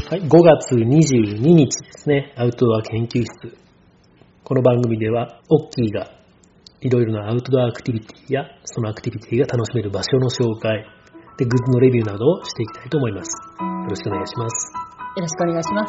はい、5月22日ですね、アウトドア研究室。この番組では、オッキーがいろいろなアウトドアアクティビティや、そのアクティビティが楽しめる場所の紹介、で、グッズのレビューなどをしていきたいと思います。よろしくお願いします。 よろしくお願いします。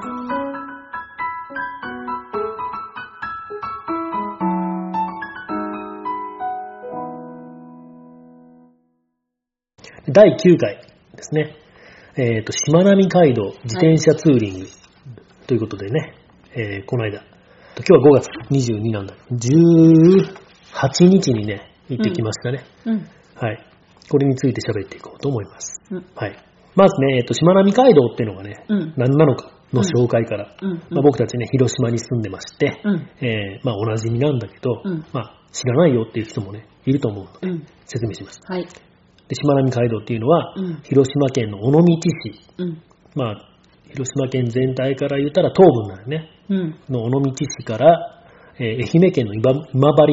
第9回ですね。しまなみ海道自転車ツーリングということでね、この間、今日は5月22なんだけど、18日にね、行ってきましたね。はい。これについて喋っていこうと思います。はい。まずね、しまなみ海道っていうのがね、何なのかの紹介から、僕たちね、広島に住んでまして、おなじみなんだけど、知らないよっていう人もね、いると思うので、説明します。はい。で、しまなみ海道っていうのは、広島県の尾道市、広島県全体から言ったら東部なのね、の尾道市から、愛媛県の今治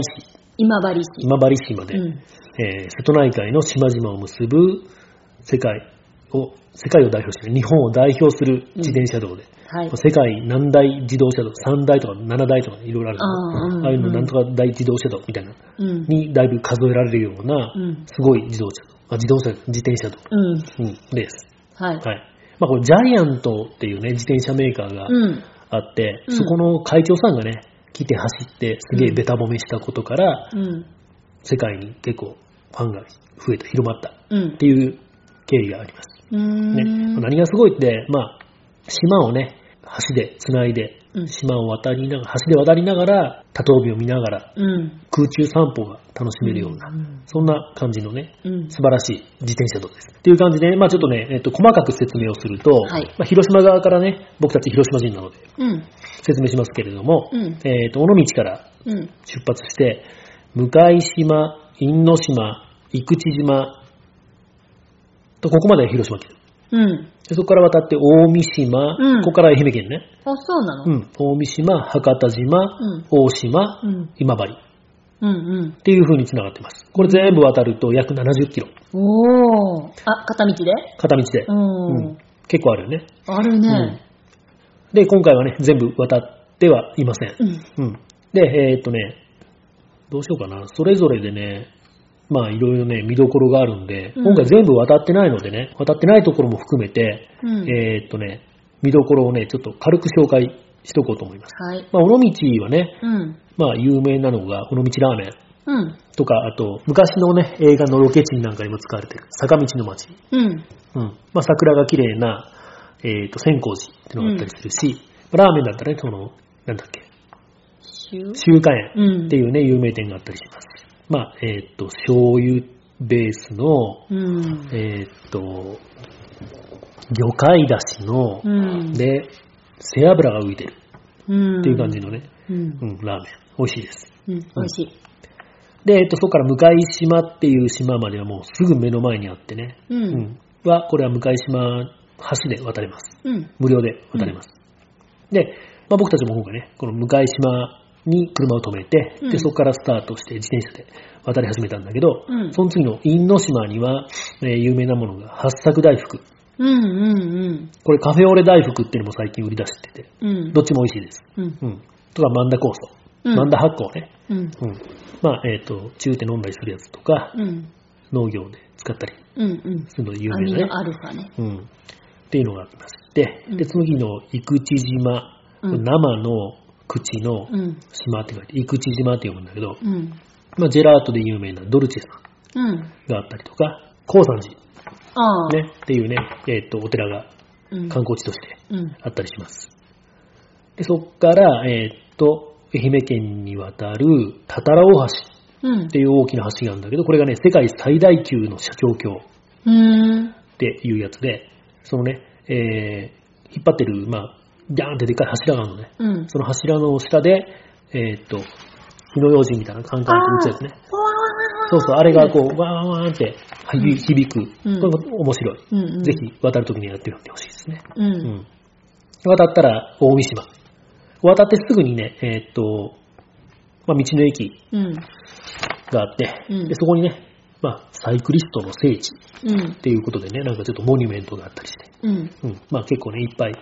市まで、瀬戸内海の島々を結ぶ世界を代表して日本を代表する自転車道で、世界何大自動車道、3大とか7大とかいろいろあるんですけど、ああいうのなんとか大自動車道みたいな、にだいぶ数えられるような、すごい自転車道、です。はい。これジャイアントっていうね、自転車メーカーがあって、そこの会長さんがね、来て走ってすげえベタ褒めしたことから、世界に結構ファンが増えた、広まったっていう経緯があります。何がすごいって、島をね、橋で繋いで、島を橋で渡りながら、多島美を見ながら、空中散歩が楽しめるような、そんな感じのね、素晴らしい自転車道です。っていう感じで、ちょっとね、細かく説明をすると、広島側からね、僕たち広島人なので、説明しますけれども、尾道から出発して、向島、因島、生口島と、ここまで広島県。でそこから渡って大三島、ここから愛媛県ね。 あ、そうなの？ 大三島、博多島、大島、今治。っていう風に繋がってます。これ全部渡ると約70キロ。 おー。あ、片道で？ 片道で。結構あるよね。 あるね。 で、今回はね、全部渡ってはいません。で、どうしようかな。それぞれでね、いろいろね、見どころがあるんで、今回全部渡ってないのでね、渡ってないところも含めて、見どころをね、ちょっと軽く紹介しとこうと思います。尾道はね、有名なのが、尾道ラーメンとか、あと、昔のね、映画のロケ地なんかにも使われてる、坂道の街。桜が綺麗な、千光寺っていうのがあったりするし、ラーメンだったらね、なんだっけ、中華園っていうね、有名店があったりします。醤油ベースの、魚介だしの、で、背脂が浮いてるっていう感じのね、ラーメン。美味しいです。 美味しい。 で、そこから向島っていう島まではもうすぐ目の前にあってね、これは向島橋で渡れます。無料で渡れます。で、僕たちも今回ね、この向島に車を止めて、で、そこからスタートして自転車で渡り始めたんだけど、その次の因島には、有名なものが八作大福。これカフェオレ大福っていうのも最近売り出してて、どっちも美味しいです。とか、マンダ酵素。マンダ発酵ね。中手飲んだりするやつとか、農業で使ったりするの有名なね。 アルファね。 っていうのがありまして、で、次の生口島、生の口の島って書いて、生口島って読むんだけど、ジェラートで有名なドルチェさんがあったりとか、高山寺、ね、っていうね、お寺が観光地としてあったりします。で、そこから、愛媛県に渡る多々良大橋っていう大きな橋があるんだけど、これがね、世界最大級の斜橋橋っていうやつで、そのね、引っ張ってる、ギャーンってでっかい柱があるのね。その柱の下で、火の用心みたいなカンカンって打つやつね。そうそう、あれがこう、ワーンワーンって響く。これも面白い。ぜひ渡るときにやってみてほしいですね。渡ったら大三島。渡ってすぐにね、道の駅があって、でそこにね、サイクリストの聖地っていうことでね、なんかちょっとモニュメントがあったりして、結構ね、いっぱい、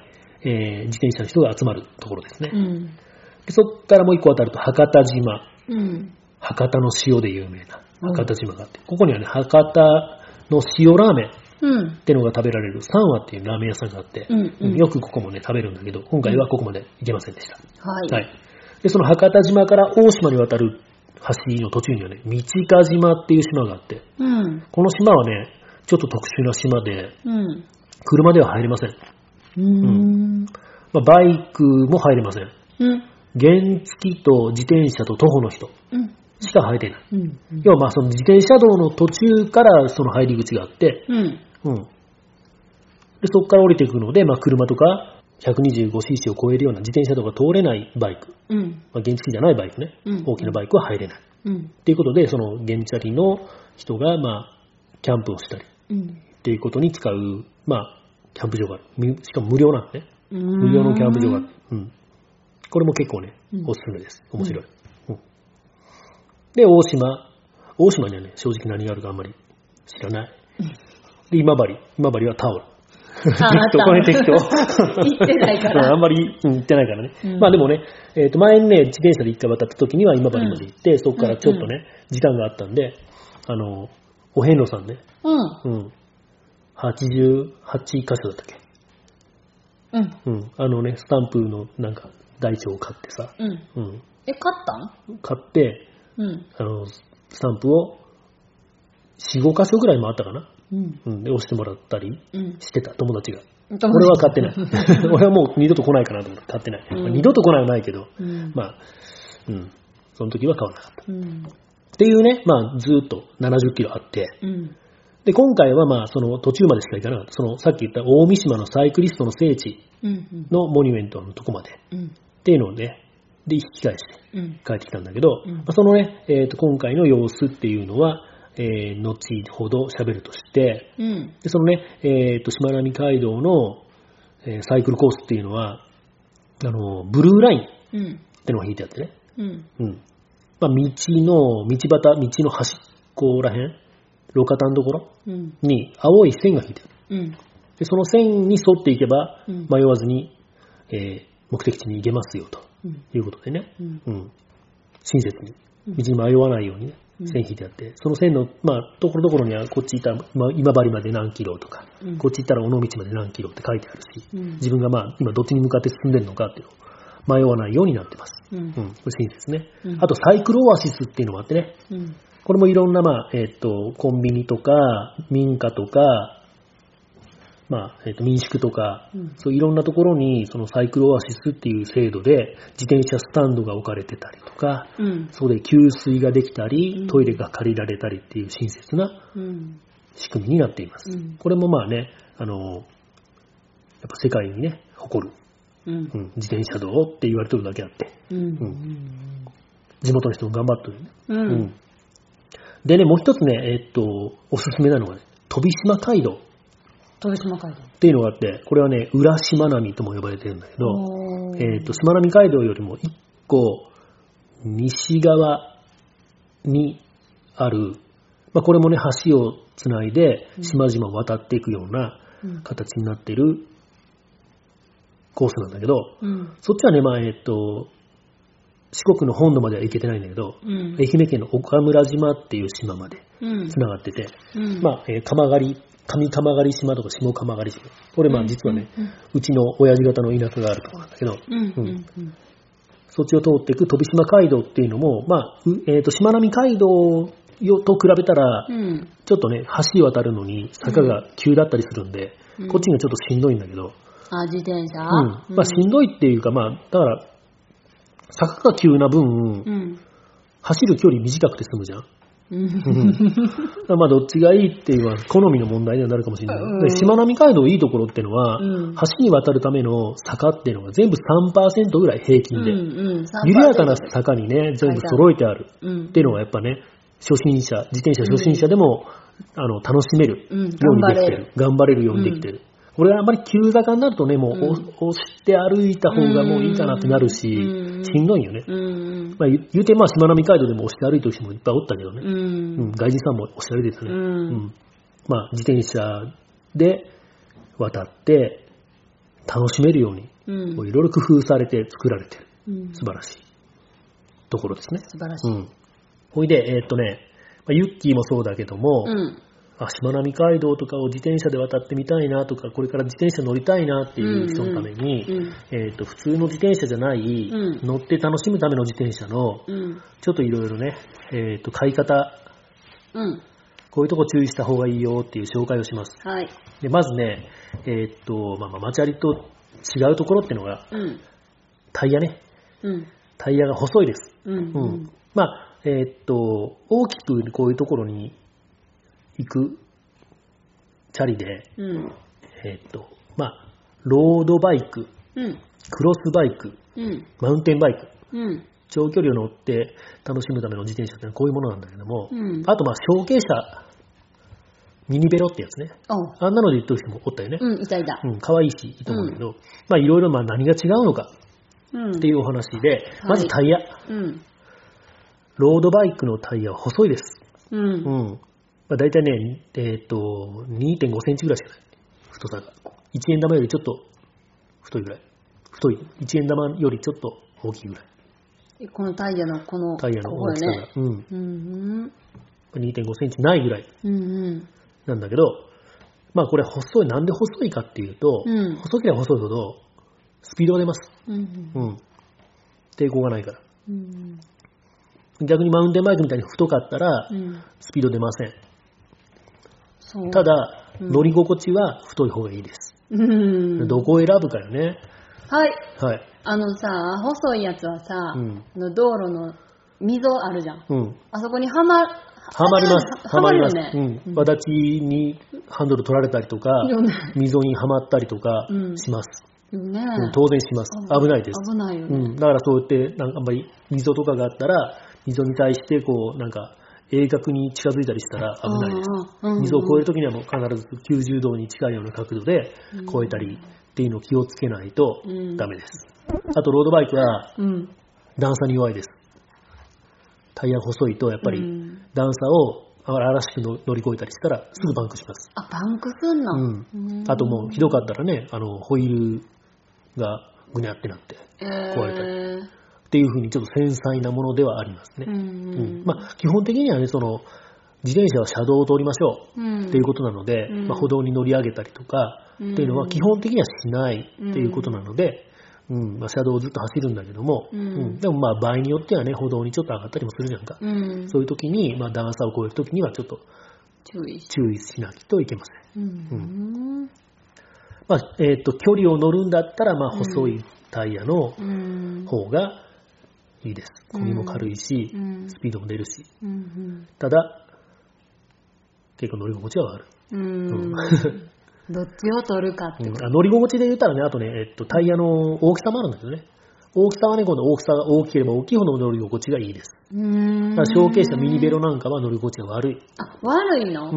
自転車の人が集まるところですね。 うんでそこからもう一個渡ると博多島。 うん博多の塩で有名な博多島があって、ここにはね、博多の塩ラーメンうんってのが食べられる三和っていうラーメン屋さんがあって、よくここもね、食べるんだけど、今回はここまで行けませんでした。 はい。 で、その博多島から大島に渡る橋の途中にはね、道賀島っていう島があって、 うんこの島はね、ちょっと特殊な島で、 うん車では入れません。バイクも入れません。原付と自転車と徒歩の人しか入れない。要はその自転車道の途中からその入り口があって、でそこから降りていくので、車とか 125cc を超えるような自転車道が通れないバイク、原付じゃないバイクね、大きなバイクは入れない。っていうことで、その原チャリの人がキャンプをしたりっていうことに使う、キャンプ場がある。しかも無料なんでね。無料のキャンプ場がある。これも結構ね、おすすめです。面白い。で、大島にはね、正直何があるかあんまり知らない。で、今治はタオル。これ適当。 行ってないから。 あんまり行ってないからね。でもね、前にね、自転車で一回渡った時には今治まで行って、そこからちょっとね、時間があったんで、お遍路さんね。88箇所だったっけ。スタンプのなんか台帳を買ってさ。 買ったん？ 買って、スタンプを4、5箇所ぐらい回ったかな。で押してもらったりしてた、友達が。俺は買ってない。俺はもう二度と来ないかなと思って買ってない。二度と来ないはないけど、その時は買わなかった。っていうね、ずーっと70キロあって、で、今回はその途中までしか行かなかった。そのさっき言った大三島のサイクリストの聖地のモニュメントのとこまで、っていうので、引き返して帰ってきたんだけど、そのね、今回の様子っていうのは、後ほど喋るとして、でそのね、しまなみ海道の、サイクルコースっていうのは、ブルーラインってのが引いてあってね、道の端っこらへん、路肩のところに青い線が引いてある。でその線に沿っていけば、迷わずに、目的地に行けますよということでね、親切に道に迷わないようにね、線引いてあって、その線の、ところどころにはこっち行ったら、今治まで何キロとか、こっち行ったら尾道まで何キロって書いてあるし、自分が今どっちに向かって進んでるのかっていうのを迷わないようになってます。これ親切ね。あとサイクルオアシスっていうのもあってね、これもいろんな、コンビニとか民家とか、民宿とか、そういろんなところにそのサイクルオアシスっていう制度で自転車スタンドが置かれてたりとか、そこで給水ができたり、トイレが借りられたりっていう親切な仕組みになっています。これもやっぱ世界にね、誇る、自転車道って言われてるだけあって、地元の人も頑張ってるね。でね、もう一つね、おすすめなのがね、飛島街道。っていうのがあって、これはね、裏しまなみとも呼ばれてるんだけど、しまなみ海道よりも一個西側にある、これもね、橋をつないで島々を渡っていくような形になっているコースなんだけど、そっちはね、四国の本土までは行けてないんだけど、愛媛県の岡村島っていう島までつながってて、上鎌狩島とか下鎌狩島。これ実はね、うちの親父方の田舎があるところなんだけど、そっちを通っていく飛島街道っていうのも、しまなみ海道と比べたら、ちょっとね、橋渡るのに坂が急だったりするんで、こっちがちょっとしんどいんだけど、 自転車？ しんどいっていうか、だから、坂が急な分、走る距離短くて済むじゃん。どっちがいいっていうのは好みの問題にはなるかもしれない。しまなみ海道いいところっていうのは、橋に渡るための坂っていうのが全部 3% ぐらい平均で、緩やかな坂にね、全部揃えてあるっていうのがやっぱね、自転車初心者でも楽しめるようにできてる。頑張れるようにできてる。これはあんまり急坂になるとね、もう押して歩いた方がもういいかなってなるし、しんどいよね。言うてしまなみ海道でも押して歩いてる人もいっぱいおったけどね。外人さんも押して歩いてたね。自転車で渡って、 楽しめるように、いろいろ工夫されて作られてる、素晴らしいところですね。 素晴らしい。 ほいで、ユッキーもそうだけども、しまなみ海道とかを自転車で渡ってみたいなとか、これから自転車乗りたいなっていう人のために、普通の自転車じゃない、乗って楽しむための自転車の、ちょっといろいろね、買い方、こういうとこ注意した方がいいよっていう紹介をします。 はい。 でまずね、マチャリと違うところっていうのが、タイヤね。タイヤが細いです。大きくこういうところに行くチャリで、ロードバイク、クロスバイク、マウンテンバイク、長距離を乗って楽しむための自転車ってこういうものなんだけども、あと小径車、ミニベロってやつね。あんなので言っとる人もおったよね。 いたいた。 可愛いし、いいと思うんだけど、いろいろ何が違うのかっていうお話で、まずタイヤ。ロードバイクのタイヤは細いです。だいたいね、2.5 センチぐらいしかない。太さが。1円玉よりちょっと太いぐらい。太い。1円玉よりちょっと大きいぐらい。 このタイヤのこのタイヤの大きさが。2.5 センチないぐらい。なんだけど、これ細い。なんで細いかっていうと、細ければ細いほどスピードが出ます。抵抗がないから。逆にマウンテンバイクみたいに太かったら、スピード出ません。ただ、乗り心地は太い方がいいです。どこを選ぶかよね。 はい。細いやつはさ、道路の溝あるじゃん。あそこにはまります。はまるよね。 わだちにハンドル取られたりとか、溝にはまったりとかします。当然します。危ないです。 危ないよね。 だからそうやってあんまり溝とかがあったら、溝に対して鋭角に近づいたりしたら危ないです。溝を越えるときにはもう必ず90度に近いような角度で越えたりっていうのを気をつけないとダメです。あとロードバイクは段差に弱いです。タイヤ細いとやっぱり段差を荒しく乗り越えたりしたらすぐバンクします。 バンクすんの？ あともうひどかったらね、ホイールがぐにゃってなって壊れたり。っていう風にちょっと繊細なものではありますね。基本的にはね、自転車は車道を通りましょうっていうことなので、歩道に乗り上げたりとかっていうのは基本的にはしないっていうことなので、車道をずっと走るんだけども、でも場合によってはね、歩道にちょっと上がったりもするじゃんか。そういう時に、段差を越える時にはちょっと注意しなきゃいけません。距離を乗るんだったら、細いタイヤの方がいいです。漕ぎも軽いし、スピードも出るし。ただ、結構乗り心地は悪い。 どっちを取るかってこと。 乗り心地で言ったらね、あとね、タイヤの大きさもあるんですよね。大きさはね、今度大きさが大きければ大きいほど乗り心地がいいです。小径車ミニベロなんかは乗り心地が悪い。 悪いの？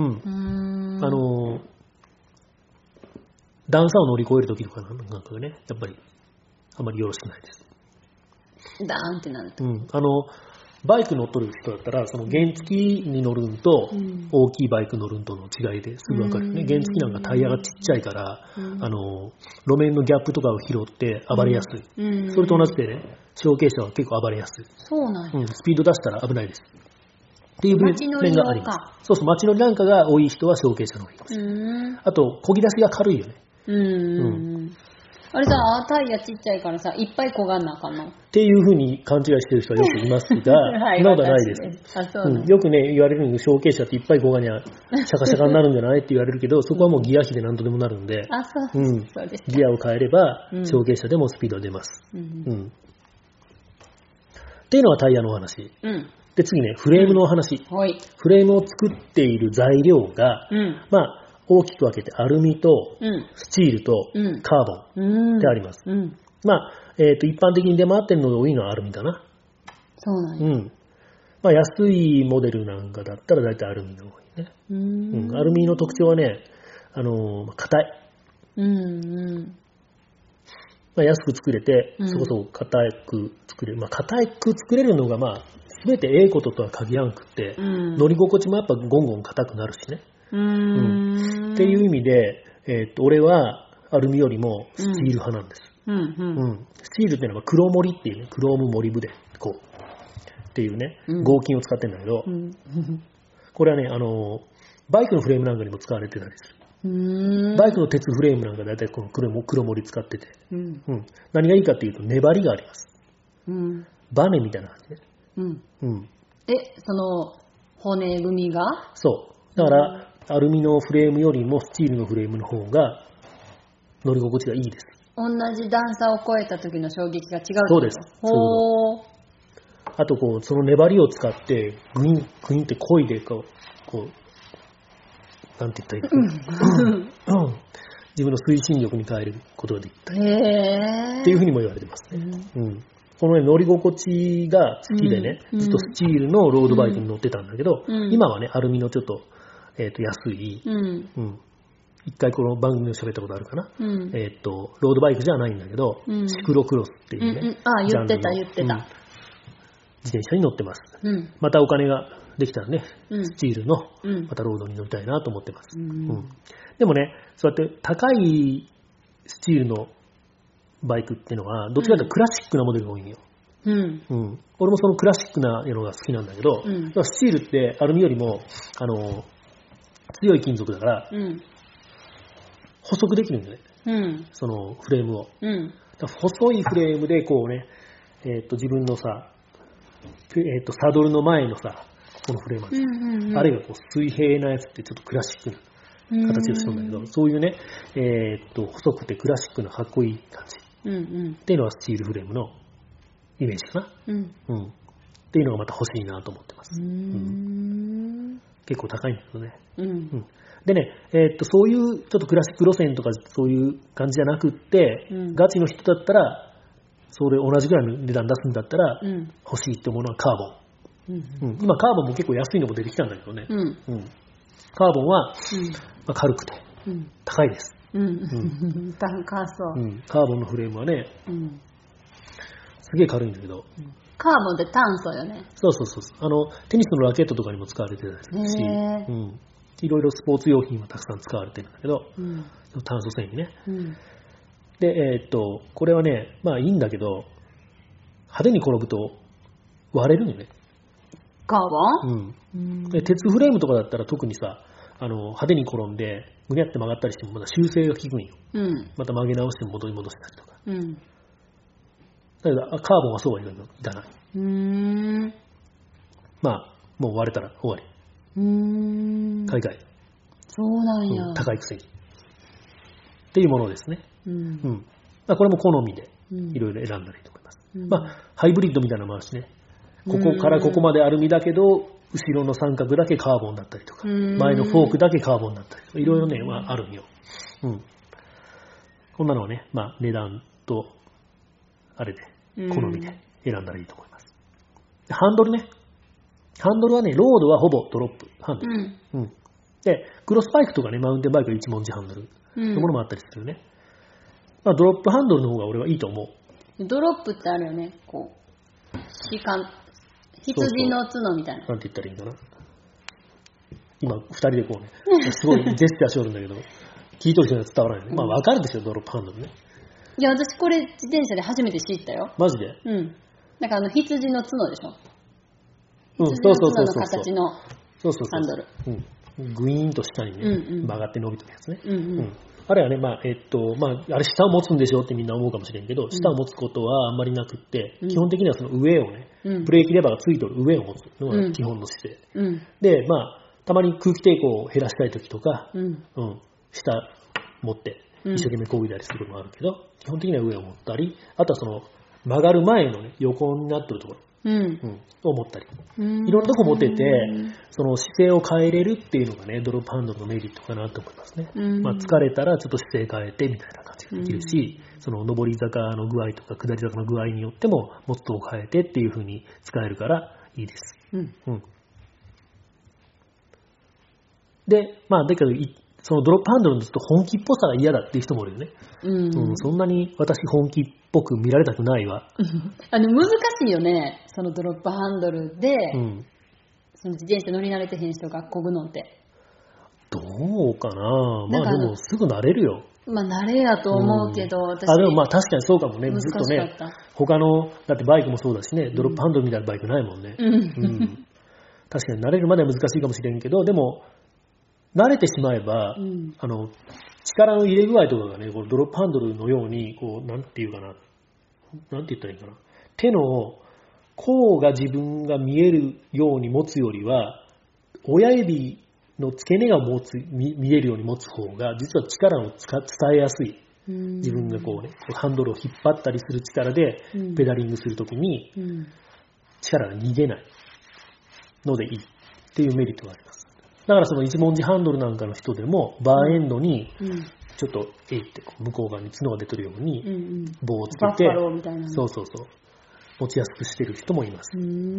段差を乗り越えるときとかなんかがね、やっぱりあまりよろしくないです。 ダーンってなると。 バイク乗っとる人だったら、原付に乗るんと、大きいバイク乗るんとの違いですぐ分かるよね。原付なんかタイヤがちっちゃいから、路面のギャップとかを拾って暴れやすい。それと同じでね、小径車は結構暴れやすい。 そうなんや。 スピード出したら危ないです。っていう面があります。そうそう、街乗りなんかが多い人は小径車の方がいいかもしれない。あと、漕ぎ出しが軽いよね。 あれさ、タイヤちっちゃいからさ、いっぱい漕がんなあかんのっていう風に勘違いしてる人はよくいますが、そんなことはないです。よくね、言われるのに小径車っていっぱい漕がにゃ、シャカシャカになるんじゃないって言われるけど、そこはもうギア比で何とでもなるんで、ギアを変えれば、小径車でもスピードが出ます。っていうのはタイヤのお話。で、次ね、フレームのお話。フレームを作っている材料が、大きく分けてアルミとスチールとカーボンってあります。一般的に出回ってるのが多いのはアルミかな。 そうなんや。 安いモデルなんかだったら大体アルミが多いね。アルミの特徴はね、硬い。安く作れて、そこそこ硬く作れる。硬く作れるのが全てええこととは限らんくって、乗り心地もやっぱゴンゴン硬くなるしね。っていう意味で、俺はアルミよりもスチール派なんです。スチールっていうのは黒モリっていうね、クロームモリブで、こう、っていうね、合金を使ってるんだけど、これはね、バイクのフレームなんかにも使われてたりする。バイクの鉄フレームなんかだいたいこの黒モリ使ってて、何がいいかっていうと粘りがあります。バネみたいな感じね。 その骨組みが？ そう。だから、アルミのフレームよりもスチールのフレームの方が乗り心地がいいです。 同じ段差を超えた時の衝撃が違う。 そうです。あとこうその粘りを使ってグインって漕いでこうなんて言ったらいいの？自分の推進力に変えることができたりっていうふうにも言われてますね。このね、乗り心地が好きでね、ずっとスチールのロードバイクに乗ってたんだけど、今はね、アルミのちょっと、安い、一回この番組で喋ったことあるかな、ロードバイクじゃないんだけど、シクロクロスっていうね、 言ってた。 自転車に乗ってます。またお金ができたらね、スチールの、またロードに乗りたいなと思ってます。でもね、そうやって高いスチールのバイクっていうのはどっちかというとクラシックなモデルが多いんよ。俺もそのクラシックなのが好きなんだけど、スチールってアルミよりも強い金属だから、細くできるんだよね、そのフレームを。細いフレームでこうね、自分のさ、サドルの前のさ、このフレームなんですよ。あれがこう水平なやつってちょっとクラシックな形をしてるんだけど、そういうね、細くてクラシックなかっこいい感じ。っていうのはスチールフレームのイメージかな。っていうのがまた欲しいなと思ってます。結構高いんだけどね。でね、そういうちょっとクラシック路線とかそういう感じじゃなくって、ガチの人だったら、それ同じぐらいの値段出すんだったら、欲しいって思うのはカーボン。今カーボンも結構安いのも出てきたんだけどね。カーボンは、軽くて高いです。 高そう。 カーボンのフレームはね、すげえ軽いんだけど。 カーボンって炭素よね。 そう。テニスのラケットとかにも使われてたりするし、いろいろスポーツ用品はたくさん使われてるんだけど、炭素繊維ね。で、これはね、まあいいんだけど、派手に転ぶと割れるのよね。 カーボン？ で鉄フレームとかだったら特にさ、派手に転んでぐにゃって曲がったりしてもまだ修正が効くんよ。また曲げ直して戻したりとか。だけどカーボンはそうはいかない。まあもう割れたら終わり。買い替え。 そうなんや。 高いくせに。っていうものですね。これも好みでいろいろ選んだらいいと思います。ハイブリッドみたいなのもあるしね。ここからここまでアルミだけど、後ろの三角だけカーボンだったりとか、前のフォークだけカーボンだったりとか、いろいろね、あるんよ。こんなのはね、値段と、あれで、好みで選んだらいいと思います。ハンドルね。ハンドルはね、ロードはほぼドロップハンドル。で、クロスバイクとかね、マウンテンバイクは一文字ハンドルのものもあったりするよね。ドロップハンドルの方が俺はいいと思う。 ドロップってあるよね、こう、羊の角みたいな。 なんて言ったらいいんかな。今、二人でこうね、すごいジェスチャーしよるんだけど、聞いとる人には伝わらないよね。わかるでしょ、ドロップハンドルね。 いや、私これ自転車で初めて知ったよ。 マジで？ だから羊の角でしょ。羊の角の形のハンドル。 グイーンと下にね、曲がって伸びてるやつね。あれはね、あれ下を持つんでしょってみんな思うかもしれんけど、下を持つことはあんまりなくって、基本的にはその上をね、ブレーキレバーがついてる上を持つのが基本の姿勢。で、たまに空気抵抗を減らしたい時とか、下持って一生懸命漕いだりすることもあるけど、基本的には上を持ったり、あとはその曲がる前のね、横になってるところ。を持ったり、いろんなとこ持ってて、その姿勢を変えれるっていうのがね、ドロップハンドルのメリットかなと思いますね。疲れたらちょっと姿勢変えてみたいな感じができるし、その上り坂の具合とか下り坂の具合によってもモットを変えてっていう風に使えるからいいです。で、だけどそのドロップハンドルのちょっと本気っぽさが嫌だっていう人もいるよね。そんなに私本気っぽく見られたくないわ。 難しいよね、そのドロップハンドルで、その自転車乗り慣れてへん人が漕ぐのって。 どうかな。でもすぐ慣れるよ。 まあ、慣れやと思うけど、私。 でもまあ確かにそうかもね。ずっとね、他の、だってバイクもそうだしね、ドロップハンドルみたいなバイクないもんね。確かに慣れるまでは難しいかもしれんけど、でも、慣れてしまえば、力の入れ具合とかがね、こうドロップハンドルのように、こう、なんていうかな、なんて言ったらいいかな。手の甲が自分が見えるように持つよりは、親指の付け根が見えるように持つ方が、実は力を伝えやすい。自分がこうね、ハンドルを引っ張ったりする力で、ペダリングするときに、力が逃げないのでいいっていうメリットがあります。だからその一文字ハンドルなんかの人でも、バーエンドに、ちょっと、って向こう側に角が出てるように、棒をつけて、そうそうそう、持ちやすくしてる人もいます。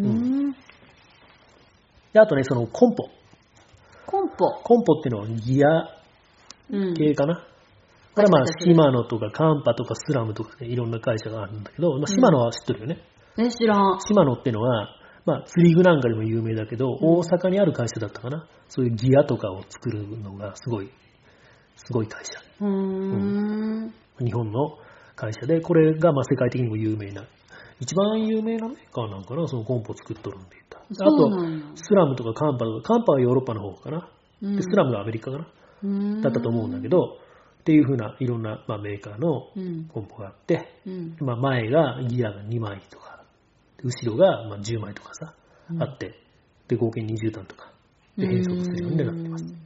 であとね、そのコンポっていうのはギア系かな。これはまあ、シマノとかカンパとかスラムとかね、いろんな会社があるんだけど、まあ、シマノは知ってるよね。 知らん。 シマノっていうのは、まあ、釣り具なんかでも有名だけど、大阪にある会社だったかな。そういうギアとかを作るのがすごい会社。日本の会社で、これがまあ世界的にも有名な、一番有名なメーカーなんかな、そのコンポを作っとるんで言った。あと、スラムとかカンパとか、カンパはヨーロッパの方かな。でスラムがアメリカかな。だったと思うんだけど、っていう風ないろんな、まあ、メーカーのコンポがあって、まあ、前がギアが2枚とか、後ろがまあ10枚とかさ、あって、で合計20段とかで変速するようになってます。で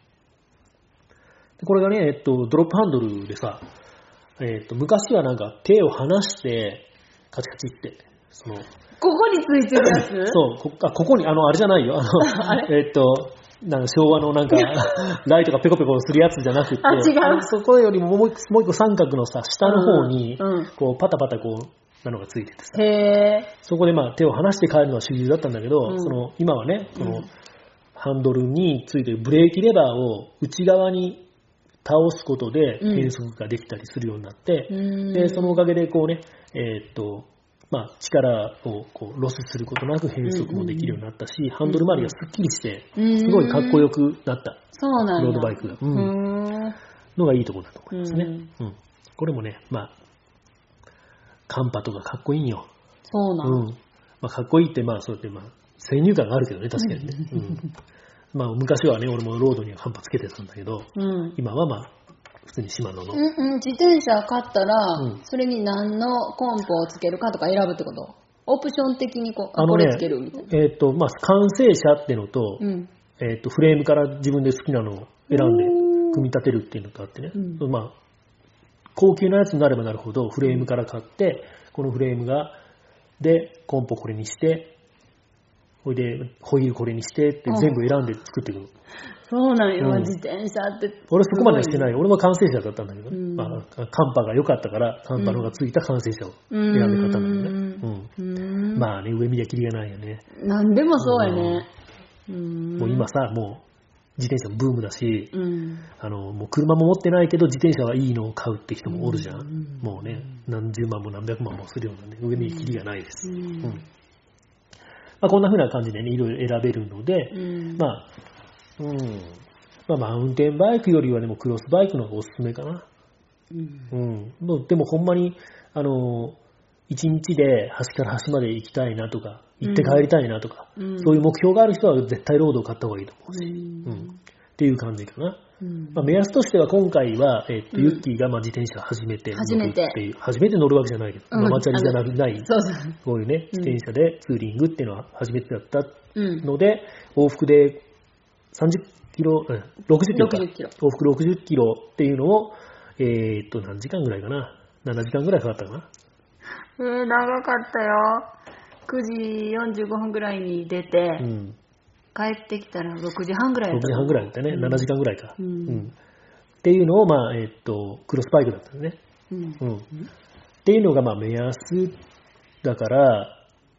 これがね、ドロップハンドルでさ、昔はなんか手を離してカチカチってここについてるやつ？ そう、ここにあれじゃないよ。なんか昭和のなんかライトがペコペコするやつじゃなくて、 違う。 そこよりももう一個三角のさ下の方にこうパタパタこうなのがついててさ、そこでまあ手を離して帰るのは主流だったんだけど、今はね、このハンドルについてるブレーキレバーを内側に倒すことで変速ができたりするようになって、でそのおかげでこうね、まあ、力をこうロスすることなく変速もできるようになったし、ハンドル周りがスッキリして、すごいかっこよくなった。 そうなんだ。 ロードバイクが。のがいいところだと思いますね。これもね、まあ、カンパとかかっこいいよ。 そうなんだ。 まあ、かっこいいって、まあ、そうやって、まあ、先入観があるけどね、確かにね。まあ、昔はね、俺もロードにはカンパつけてたんだけど、今はまあ、普通にシマノの。 自転車買ったら、それに何のコンポをつけるかとか選ぶってこと？オプション的にこれつけるみたいな。 まあ、完成車ってのと、フレームから自分で好きなのを選んで組み立てるっていうのがあってね。まあ、高級なやつになればなるほど、フレームから買って、このフレームで、コンポこれにして、ほいで、ホイールこれにしてって全部選んで作っていくの。 そうなんよ、自転車って。 俺そこまでしてない。俺も完成車だったんだけど、まあ、カンパが良かったから、カンパのがついた完成車を選んで買ったんだけどね。まあね、上見りゃきりがないよね。 なんでもそうやね。 もう今さ、もう自転車もブームだし、もう車も持ってないけど自転車はいいのを買うって人もおるじゃん。もうね、何十万も何百万もするようなね、上見りきりがないです。まあ、こんな風な感じでね、いろいろ選べるので、まあ、まあ、マウンテンバイクよりはでもクロスバイクの方がおすすめかな。でもほんまに、一日で端から端まで行きたいなとか、行って帰りたいなとか、そういう目標がある人は絶対ロードを買った方がいいと思うし、っていう感じかな。まあ、目安としては今回は、ユッキーがまあ自転車初めて乗るっていう、初めて乗るわけじゃないけど、ママチャリじゃない、こういうね、自転車でツーリングっていうのは初めてだったので、往復で30キロ、60キロか。往復60キロっていうのを、何時間ぐらいかな。7時間ぐらいかかったかな。 長かったよ。9時45分ぐらいに出て、帰ってきたら6時半ぐらいだった。 6時半ぐらいだったね。7時間ぐらいか。っていうのを、まあ、クロスバイクだったね。っていうのが、まあ、目安だから、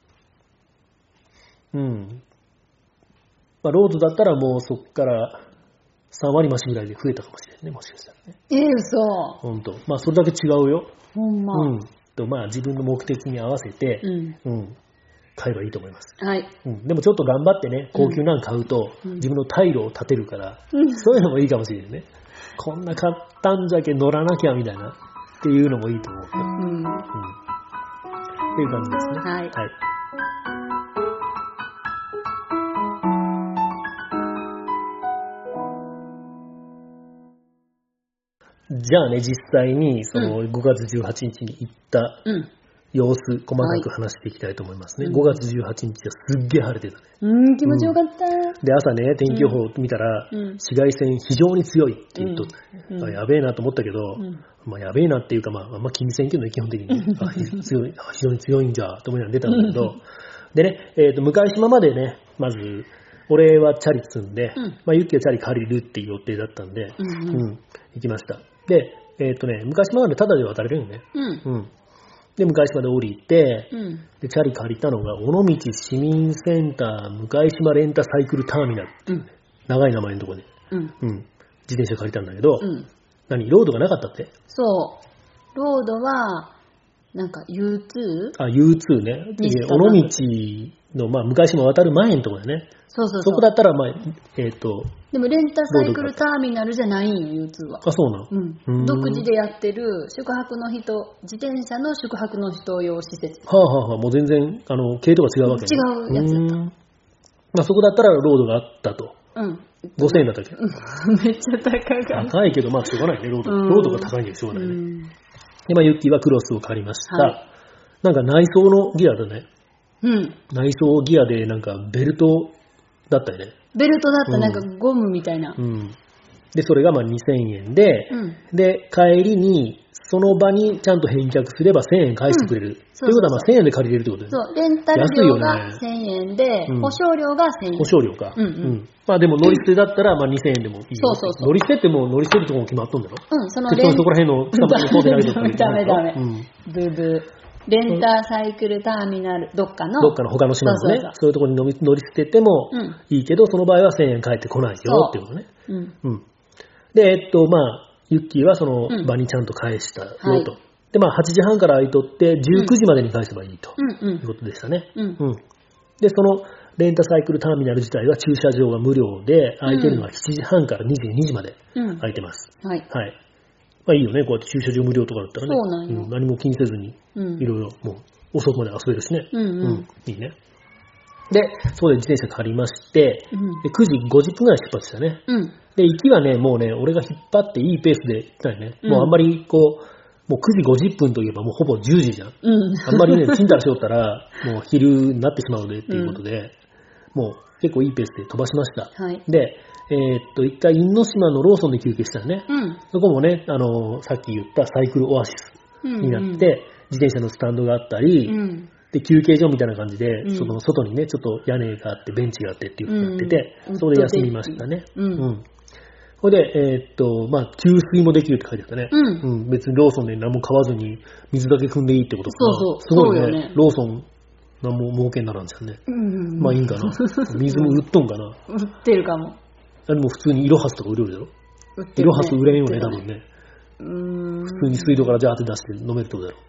まあ、ロードだったらもうそっから3割増しぐらいで増えたかもしれないね、もしかしたらね。 嘘。 ほんと。まあ、それだけ違うよ。 ほんま。 まあ、自分の目的に合わせて、買えばいいと思います。 はい。 でもちょっと頑張ってね、高級なん買うと、自分の退路を立てるから、そういうのもいいかもしれないね。 こんな買ったんじゃけ乗らなきゃみたいなっていうのもいいと思う。っていう感じですね。 はい。 じゃあね、実際にその5月18日に行った様子、細かく話していきたいと思いますね。5月18日はすっげえ晴れてたね。 気持ちよかった。 で、朝ね、天気予報見たら、紫外線非常に強いって言うと、やべえなと思ったけど、まあやべえなっていうか、まああんま気にせんけどね、基本的に。非常に強いんじゃと思いながら出たんだけど、でね、向島までね、まず、俺はチャリ積んで、まあユッキーはチャリ借りるっていう予定だったんで、行きました。で、向島までタダで渡れるよね。で、向島で降りて、で、チャリ借りたのが、尾道市民センター向島レンタサイクルターミナル。長い名前のところで。自転車借りたんだけど、何ロードがなかったって？ そう。ロードは、なんか U2？ U2 ね。尾道の、まあ、向島渡る前のところだよね。 そう。そこだったら、まあ、 でもレンタサイクルターミナルじゃないんよ、U2 は。 あ、そうなの？独自でやってる宿泊の人、自転車の宿泊の人用施設。 もう全然、系統が違うわけね。 違うやつだった。 まあ、そこだったらロードがあったと。5000円だったっけ？ めっちゃ高いけど、まあ、しょうがないね、ロードが高いんでしょうがないね。で、まあ、ユッキーはクロスを借りました。なんか内装のギアだね。内装ギアで、なんかベルトだったよね。 ベルトだった、なんかゴムみたいな。 で、それがまあ2000円で、で、帰りに、その場にちゃんと返却すれば1000円返してくれる。ということはまあ1000円で借りれるってことですね。 そう、レンタル料が1000円で、保証料が1000円。 保証料か。まあでも乗り捨てだったらまあ2000円でもいい。 そう。 乗り捨てってもう乗り捨てるところも決まっとんだろ？ そのそこら辺の下まで通ってないとダメ。ブーブー。レンタサイクルターミナル、どっかの他の島のね、そういうところに乗り捨ててもいいけど、その場合は1000円返ってこないよっていうことね。で、まあ、ユッキーはその場にちゃんと返したよと。で、まあ、8時半から空いとって、19時までに返せばいいということでしたね。で、そのレンタサイクルターミナル自体は駐車場が無料で、空いてるのは7時半から22時まで空いてます。まあいいよね、こうやって駐車場無料とかだったらね。 そうなんよ。 何も気にせずに、いろいろもう、遅くまで遊べるしね。いいね。で、そこで自転車借りまして、で9時50分ぐらい出発したね。で、行きはね、もうね、俺が引っ張っていいペースで行ったよね。もうあんまりこう、もう9時50分といえばもうほぼ10時じゃん。あんまりね、ちんたらしよったら、もう昼になってしまうでっていうことで、もう結構いいペースで飛ばしました。で、一回、因島のローソンで休憩したよね。そこもね、さっき言ったサイクルオアシスになって、自転車のスタンドがあったり、で、休憩所みたいな感じで、その外にね、ちょっと屋根があって、ベンチがあってっていう風になってて、それで休みましたね。それで、まあ、給水もできるって書いてあったね。別にローソンで何も買わずに、水だけ汲んでいいってことかな。すごいね。ローソン、何も儲けにならんじゃんね。まあいいんかな。水も売っとんかな。 売ってるかも。 でも普通にイロハスとか売れるだろ？イロハス売れんよね、多分ね。普通に水道からジャーって出して飲めるってことだろ。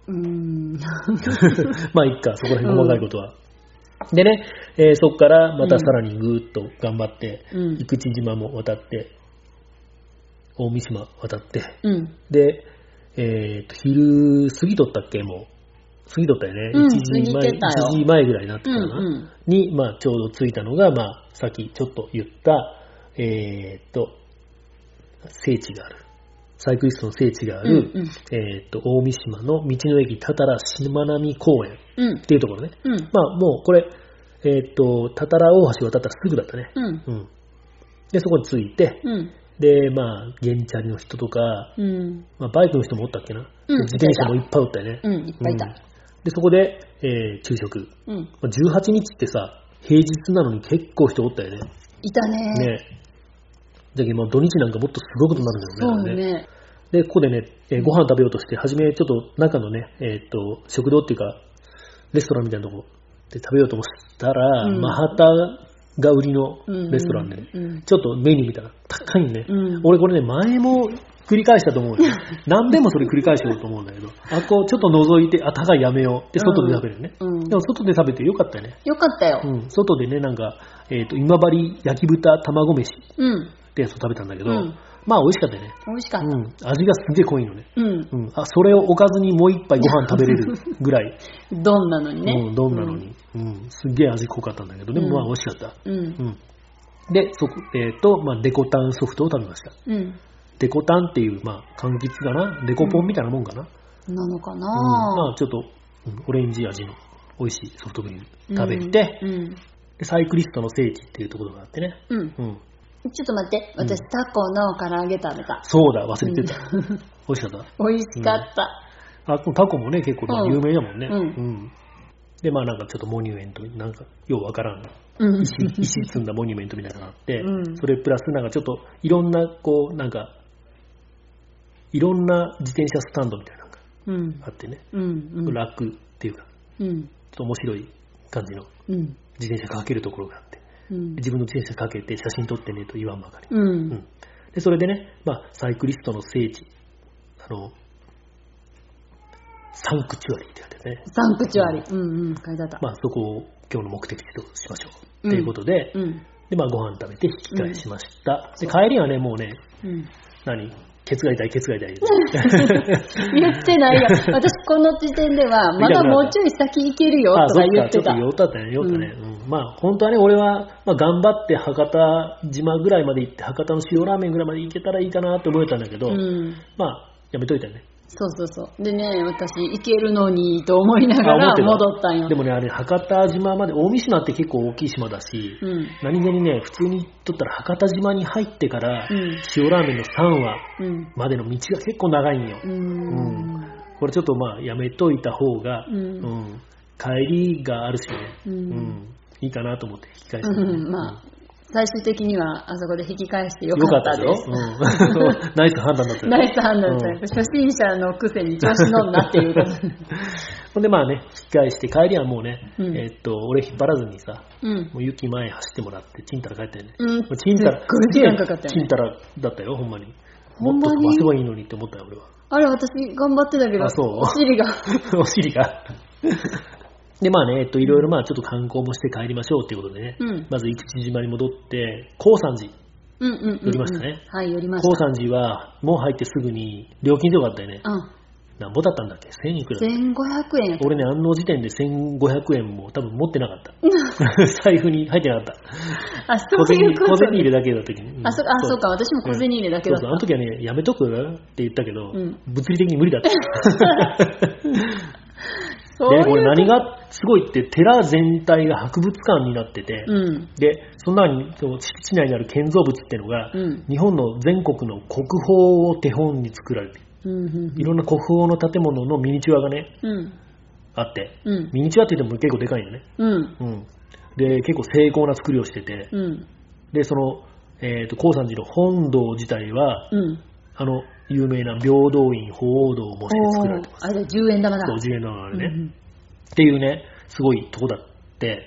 まあいいか、そこら辺細かいことは。でね、そこからまたさらにぐーっと頑張って、生口島も渡って、大三島渡って、で、昼過ぎとったっけ、もう。過ぎとったよね。1時前ぐらいになってたかな。に、まあちょうど着いたのが、まあさっきちょっと言った、聖地がある。サイクリストの聖地がある、大三島の道の駅たたらしまなみ公園っていうところね。まあもうこれ、たたら大橋渡ったらすぐだったね。で、そこに着いて、で、まあ、ゲンチャリの人とか、まあ、バイクの人もおったっけな。自転車もいっぱいおったよね。 いっぱいいた。 で、そこで、昼食。18日ってさ、平日なのに結構人おったよね。 いたね。 ね。じゃあ、土日なんかもっとすごいことになるんだよね。そうね。で、ここでね、ご飯食べようとして、初めちょっと中のね、食堂っていうか、レストランみたいなとこで食べようと思ったら、マハタが売りのレストランで、ちょっとメニュー見たら高いね。俺これね、前も繰り返したと思うよ。何でもそれ繰り返しようと思うんだけど、こうちょっと覗いて、高いやめようって外で食べるね。でも外で食べてよかったよね。 よかったよ。 外でね、なんか、今治焼き豚卵飯ってやつを食べたんだけど、 まあ美味しかったよね。 美味しかった。 味がすげえ濃いのね。それをおかずにもう一杯ご飯食べれるぐらい。 丼なのにね。 丼なのに。すげえ味濃かったんだけど、でもまあ美味しかった。で、まあデコタンソフトを食べました。デコタンっていう、まあ柑橘かな、デコポンみたいなもんかな。 なのかな。 まあちょっと、オレンジ味の美味しいソフトクリーム食べて、サイクリストの聖地っていうところがあってね。 ちょっと待って、私タコの唐揚げ食べた。 そうだ、忘れてた。美味しかった。 美味しかった。 タコもね、結構有名だもんね。で、まあなんかちょっとモニュメント、なんかようわからん石積んだモニュメントみたいなのがあって、それプラスなんかちょっといろんなこうなんかいろんな自転車スタンドみたいなのがあってね、ラックっていうか、ちょっと面白い感じの自転車かけるところがあって、自分の自転車かけて写真撮ってねと言わんばかり、でそれでね、まあ、サイクリストの聖地サンクチュアリーって書いてあってね。 サンクチュアリー。書いてあった。 まあそこを今日の目的地としましょう。ということで、で、まあご飯食べて引き返しました。で、帰りはね、もうね、ケツが痛い。 言ってないよ。私この時点では、まだもうちょい先行けるよとか言ってた。 ちょっと酔ったね。まあ本当はね、俺は、まあ、頑張って博多島ぐらいまで行って、博多の塩ラーメンぐらいまで行けたらいいかなって思えたんだけど、まあ、やめといたよね。 そうでね、私行けるのにと思いながら戻ったんよ。 でもね、あれ博多島まで、大三島って結構大きい島だし、何気にね、普通にとったら博多島に入ってから、塩ラーメンの3話までの道が結構長いんよ。これちょっとまあやめといた方が、帰りがあるしね、いいかなと思って引き返した。 まあ最終的にはあそこで引き返してよかったです。 ナイス判断だったよ。 ナイス判断だったよ。初心者のくせに調子乗んなっていうこと。 ほんでまあね、引き返して帰りはもうね、俺引っ張らずにさ、もう雪前走ってもらってチンタラ帰ったよね。チンタラ、 時間かかったよね。 チンタラだったよ、ほんまに。もっと飛ばせばいいのにって思ったよ、俺は。 あれ、私頑張ってたけど、お尻が。 お尻が。で、まあね、いろいろまあちょっと観光もして帰りましょうっていうことでね、まず生口島に戻って、高山寺、寄りましたね。 はい、寄りました。 高山寺は、もう入ってすぐに、料金所があったよね。なんぼだったんだっけ ?1000 いくらだった ?1500 円。 俺ね、あの時点で1500円も多分持ってなかった。財布に入ってなかった。 そういうこと。 小銭入れだけだった時に。 そうか、私も小銭入れだけだった。 そう、あの時はね、やめとくって言ったけど、物理的に無理だった。で、これ何がすごいって、寺全体が博物館になってて、で、その中に敷地内にある建造物っていうのが、日本の全国の国宝を手本に作られている。いろんな国宝の建物のミニチュアがね、あって、ミニチュアって言っても結構でかいよね。で、結構精巧な作りをしてて、で、その、高山寺の本堂自体は、有名な平等院、鳳凰堂を模して作られてます。 あれ10円玉だ。 そう、10円玉があるね。っていうね、すごいとこだって、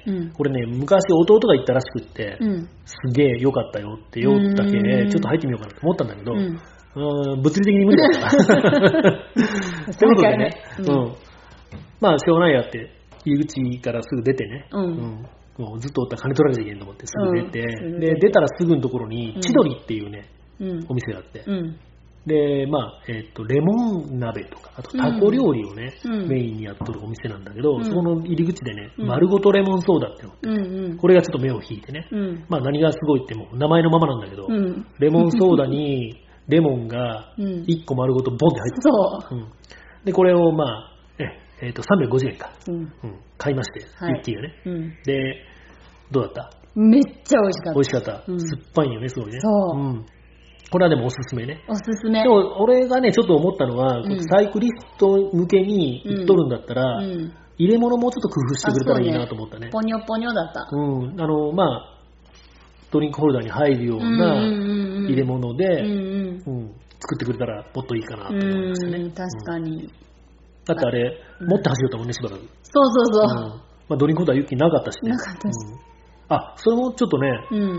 これね、昔弟が行ったらしくって、すげえ良かったよって酔ったけで、ちょっと入ってみようかなと思ったんだけど、物理的に無理だったから。ということでね、まあ、しょうがないやって、入り口からすぐ出てね、もうずっとおったら金取られちゃいけんと思ってすぐ出て、で、出たらすぐのところに、千鳥っていうね、お店があって、で、まあ、レモン鍋とか、あとタコ料理をね、メインにやっとるお店なんだけど、そこの入り口でね、丸ごとレモンソーダってのこれがちょっと目を引いてね、まあ何がすごいってもう名前のままなんだけど、レモンソーダにレモンが1個丸ごとボンって入ってる。で、これをまあ、350円か。買いまして、ユッキーがね。で、どうだった？ めっちゃ美味しかった。 美味しかった。酸っぱいよね、すごいね。 そう。 これはでもおすすめね。 おすすめ。 でも俺がね、ちょっと思ったのは、サイクリスト向けに行っとるんだったら、入れ物もちょっと工夫してくれたらいいなと思ったね。 ポニョポニョだった。 まあ、ドリンクホルダーに入るような入れ物で、作ってくれたらもっといいかなと思いましたね。 確かに。 だってあれ、持って走るともんね、しばらく。 そう。 まあ、ドリンクホルダーユッキーなかったしね。 なかったし。 それもちょっとね、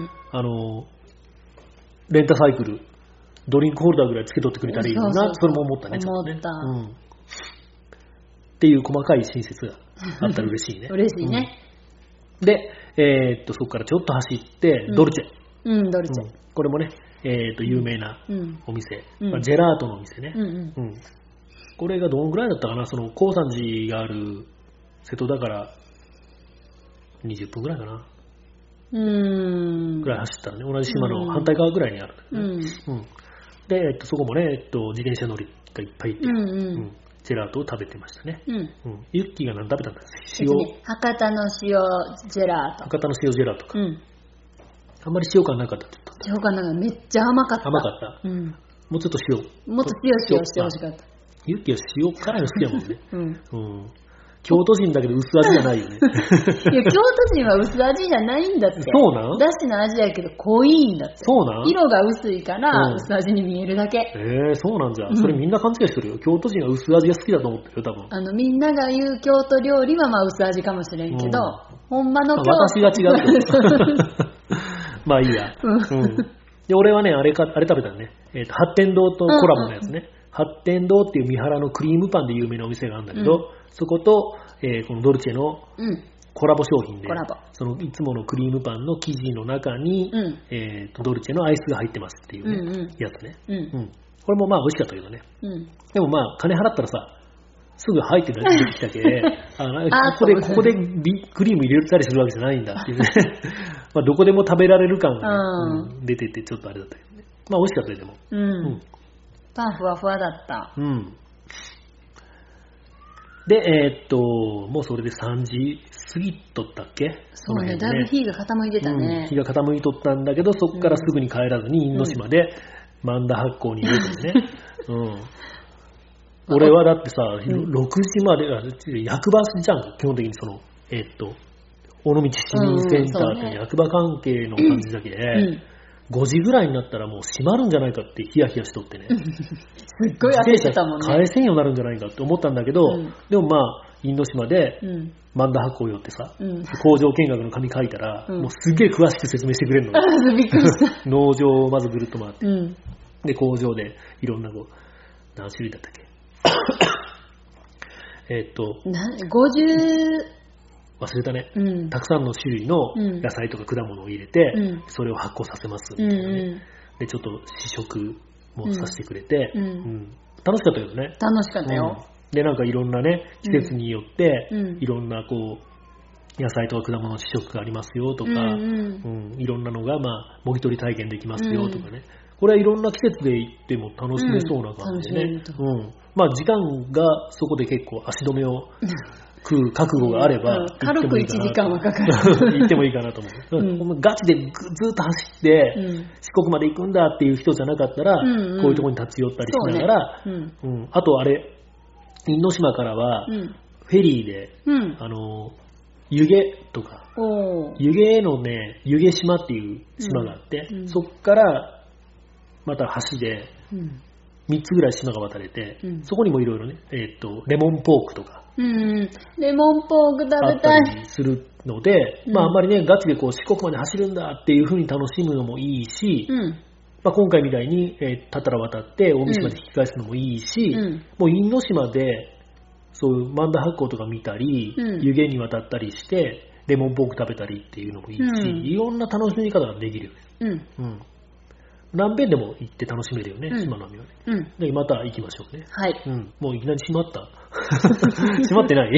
レンタサイクル、ドリンクホルダーぐらいつけとってくれたらいいな、それも思ったね、ちょっとね。っていう細かい親切があったら嬉しいね。 嬉しいね。 で、そこからちょっと走って、ドルチェ。 ドルチェ。 これもね、 有名なお店、ジェラートのお店ね、これがどのぐらいだったかな、その高山寺がある瀬戸だから20分ぐらいかな、ぐらい走ったらね、同じ島の反対側ぐらいにあるんだよね。で、そこもね、自転車乗りがいっぱいいて、ジェラートを食べてましたね。ユッキーが何食べたんだろう、 博多の塩ジェラート。 博多の塩ジェラートか。あんまり塩感なかったって言った。 塩感なかった。めっちゃ甘かった。 甘かった。もうちょっと塩。 もっと塩してほしかった。 ユッキーは塩辛いの好きやもんね。京都人だけど薄味じゃないよね。いや、 京都人は薄味じゃないんだって。 そうなん？ だしの味やけど濃いんだって。 そうなん？ 色が薄いから薄味に見えるだけ。 そうなんじゃ。それみんな勘違いしてるよ。京都人は薄味が好きだと思ってるよ、多分。 みんなが言う京都料理はまあ薄味かもしれんけど、ほんまの京都。 私が違うと。まあいいや。で、俺はね、あれ食べたのね。八天堂とコラボのやつね。八天堂っていう三原のクリームパンで有名なお店があるんだけど、そこと、このドルチェのコラボ商品で、そのいつものクリームパンの生地の中に、ドルチェのアイスが入ってますっていう、ねやつね、これもまあ美味しかったけどね、でもまあ金払ったらさ、すぐ入って出てきたけここでクリーム入れたりするわけじゃないんだっていうねまあどこでも食べられる感が、ね出ててちょっとあれだったけどね、まあ美味しかったよでも、 パンふわふわだった。 で、もうそれで3時過ぎとったっけ？ そうね、だいぶ日が傾いてたね。 日が傾いとったんだけど、そこからすぐに帰らずに、因島で万田八甲に入れてね。俺はだってさ、6時まで、役場じゃん、基本的にその、尾道市民センターって役場関係の感じだけで、5時ぐらいになったらもう閉まるんじゃないかってヒヤヒヤしとってね。 すっごい焦ってたもんね。 返せんようになるんじゃないかって思ったんだけど、でもまあ、因島で、万田八甲寄ってさ、工場見学の紙書いたら、もうすげえ詳しく説明してくれるの。 びっくりした。 農場をまずぐるっと回って、で、工場でいろんな何種類だったっけ 50、 忘れたね、たくさんの種類の野菜とか果物を入れて、それを発酵させますみたいなね、でちょっと試食もさせてくれて、楽しかったけどね。 楽しかったよ、 でなんかいろんなね季節によって、いろんな野菜とか果物の試食がありますよとか、いろんなのがまあもぎ取り体験できますよとかね、これはいろんな季節で行っても楽しめそうな感じでね、まあ時間がそこで結構足止めを食う覚悟があれば、 軽く1時間はかかる行ってもいいかなと思う、ガチでずっと走って、四国まで行くんだっていう人じゃなかったら、こういうところに立ち寄ったりしながら、あとあれ因島からは、フェリーで、湯気とか湯気のね湯気島っていう島があって、そこからまた橋で3つぐらい島が渡れて、そこにもいろいろね、レモンポークとか、 レモンポーク食べたいするので、まああんまりねガチで四国まで走るんだっていう風に楽しむのもいいし、まあ、今回みたいにたたら渡って大三島で引き返すのもいいし、もう因島でそういう万田八甲とか見たり、湯気に渡ったりしてレモンポーク食べたりっていうのもいいし、いろんな楽しみ方ができるよね。何遍でも行って楽しめるよね、島並みはね。でまた行きましょうね。 はい。 もういきなり閉まった閉まってない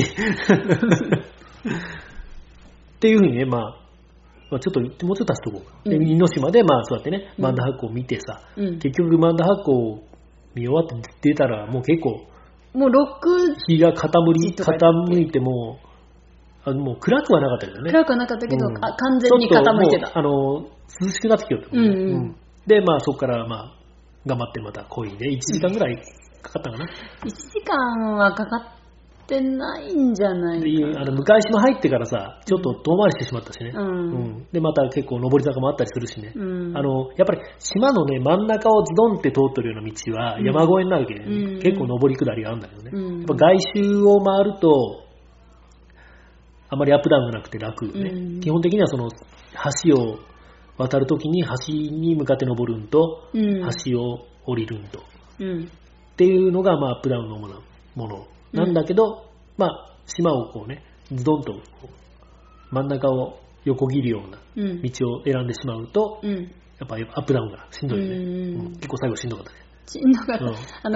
っていうふうにね、まあちょっともうちょっと足しとこうか。因島でまあそうやってね、万田八甲を見てさ、結局万田八甲を見終わって出たらもう結構もう6 日が傾いてもう暗くはなかったけどね。 暗くはなかったけど、完全に傾いてた。 涼しくなってきよったもんね。でまあそこからまあ頑張ってまたコインで1時間ぐらいかかったかな。 1時間はかかってないんじゃないかな。 向島入ってからさちょっと遠回りしてしまったしね、でまた結構上り坂もあったりするしね、やっぱり島のね真ん中をズドンって通ってるような道は山越えになるけど、結構上り下りがあるんだけどね、やっぱ外周を回るとあまりアップダウンがなくて楽よね、基本的にはその橋を渡るときに橋に向かって登るんと、橋を降りるんと、っていうのがまあアップダウンのものなんだけど、まあ島をこうねズドンと真ん中を横切るような道を選んでしまうと、 やっぱアップダウンがしんどいよね。結構最後しんどかったね。 しんどかった。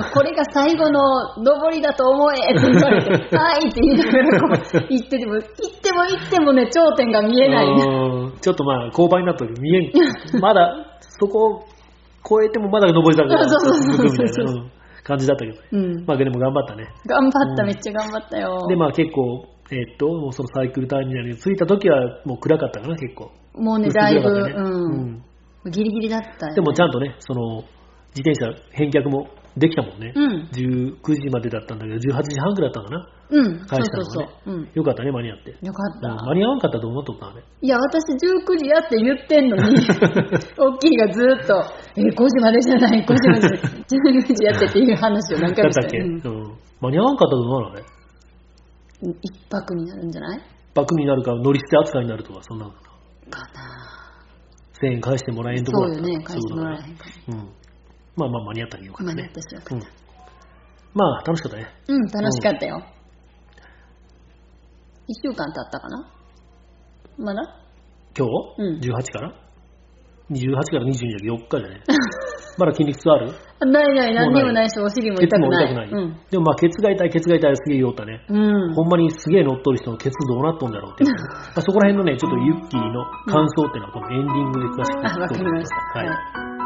これが最後の上りだと思えって言われて、はいって言いながらこう行ってても、行ってもね、頂点が見えない、 ね。ちょっとまあ、勾配になった時見えん。まだ、そこを越えてもまだ上り坂が続くみたいな感じだったけど、まあでも頑張ったね。 頑張った、めっちゃ頑張ったよ。 で、まあ結構、もうそのサイクルターミナルに着いた時はもう暗かったかな、結構。 もうね、だいぶ、ギリギリだったよね。 でもちゃんとね、その、自転車返却もできたもんね。19時までだったんだけど、18時半くらいだったかな。返したのがね。よかったね、間に合って。 よかった。 間に合わんかったらどう思っとったのね。 いや、私19時やって言ってんのに、大きいがずっと、5時までじゃない、5時まで、19時やってっていう話を何回もして。だったっけ？間に合わんかったらどうなのあれ？ 一泊になるんじゃない？ 一泊になるか、乗り捨て扱いになるとか、そんなのかな。 1000円返してもらえんところだった。 そうよね、返してもらえへんかも。 まあ間に合ったらよかったね。 間に合ったしよかった。 まあ楽しかったね。 楽しかったよ。1週間経ったかな？まだ？ 今日？18から ?28 から22じゃ4日じゃね。まだ筋肉痛ある？ ない、何にもないし、お尻も痛くない。 ケツも痛くない。でもまあ、ケツが痛いすげえ言おったね。ほんまにすげえ乗っとる人のケツどうなっとんだろうっていう。そこら辺のね、ちょっとユッキーの感想っていうのは、このエンディングで詳しく聞こうと思います。 わかりました。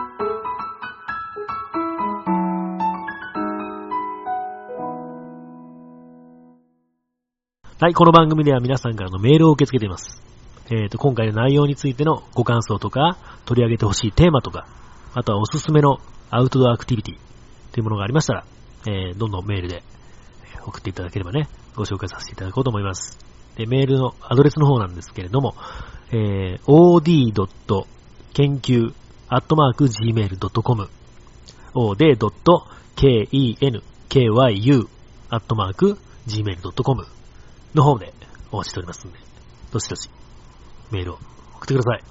はい、この番組では皆さんからのメールを受け付けています。今回の内容についてのご感想とか、取り上げてほしいテーマとか、あとはおすすめのアウトドアアクティビティというものがありましたら、どんどんメールで送っていただければね、ご紹介させていただこうと思います。で、メールのアドレスの方なんですけれども、od.kenkyuu@gmail.com od.kenkyu@gmail.com の方でお待ちしておりますので、どしどしメールを送ってください。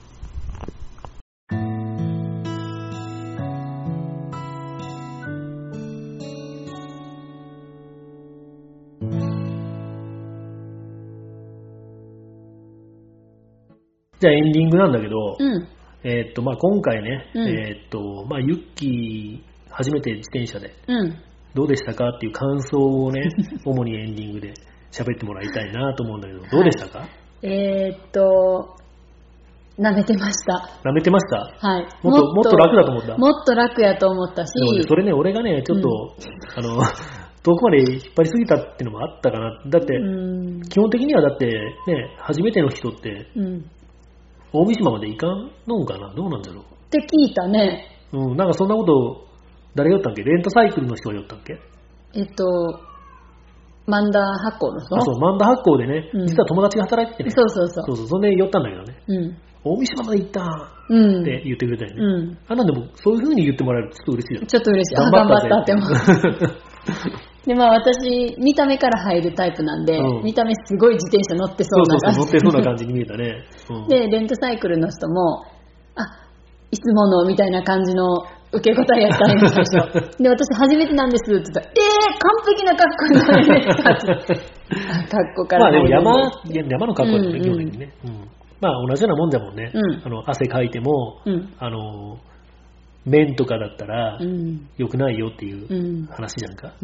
じゃあエンディングなんだけど、まあ今回ね、まあユッキー初めて自転車で、どうでしたかっていう感想をね、主にエンディングで喋ってもらいたいなと思うんだけど、どうでしたか？ 舐めてました。 舐めてました？ はい。 もっと楽だと思った？ もっと楽やと思ったし。 それね、俺がね、ちょっと、遠くまで引っ張りすぎたっていうのもあったかな。だって、基本的にはだってね、初めての人って、大三島まで行かんのかな？どうなんだろうって聞いたね。 なんかそんなこと誰が言ったっけ？レンタサイクルの人が言ったっけ？ マンダ発行の人？ そう、マンダ発行でね、実は友達が働いててね。 そう。 そんで寄ったんだけどね。大三島まで行ったって言ってくれたよね。なんでもそういう風に言ってもらえるとちょっと嬉しいよ。 ちょっと嬉しい。頑張ったって思う。で、まあ私、見た目から入るタイプなんで、見た目すごい自転車乗ってそうな感じ。 乗ってそうな感じに見えたね。 で、レンタサイクルの人も、いつものみたいな感じの受け答えやったんです最初。で、私初めてなんですって言ったら、完璧な格好じゃないですか。格好から入る。 まあでも山の格好だよね、基本的にね。まあ同じようなもんだもんね。汗かいても、麺とかだったら良くないよっていう話じゃんか。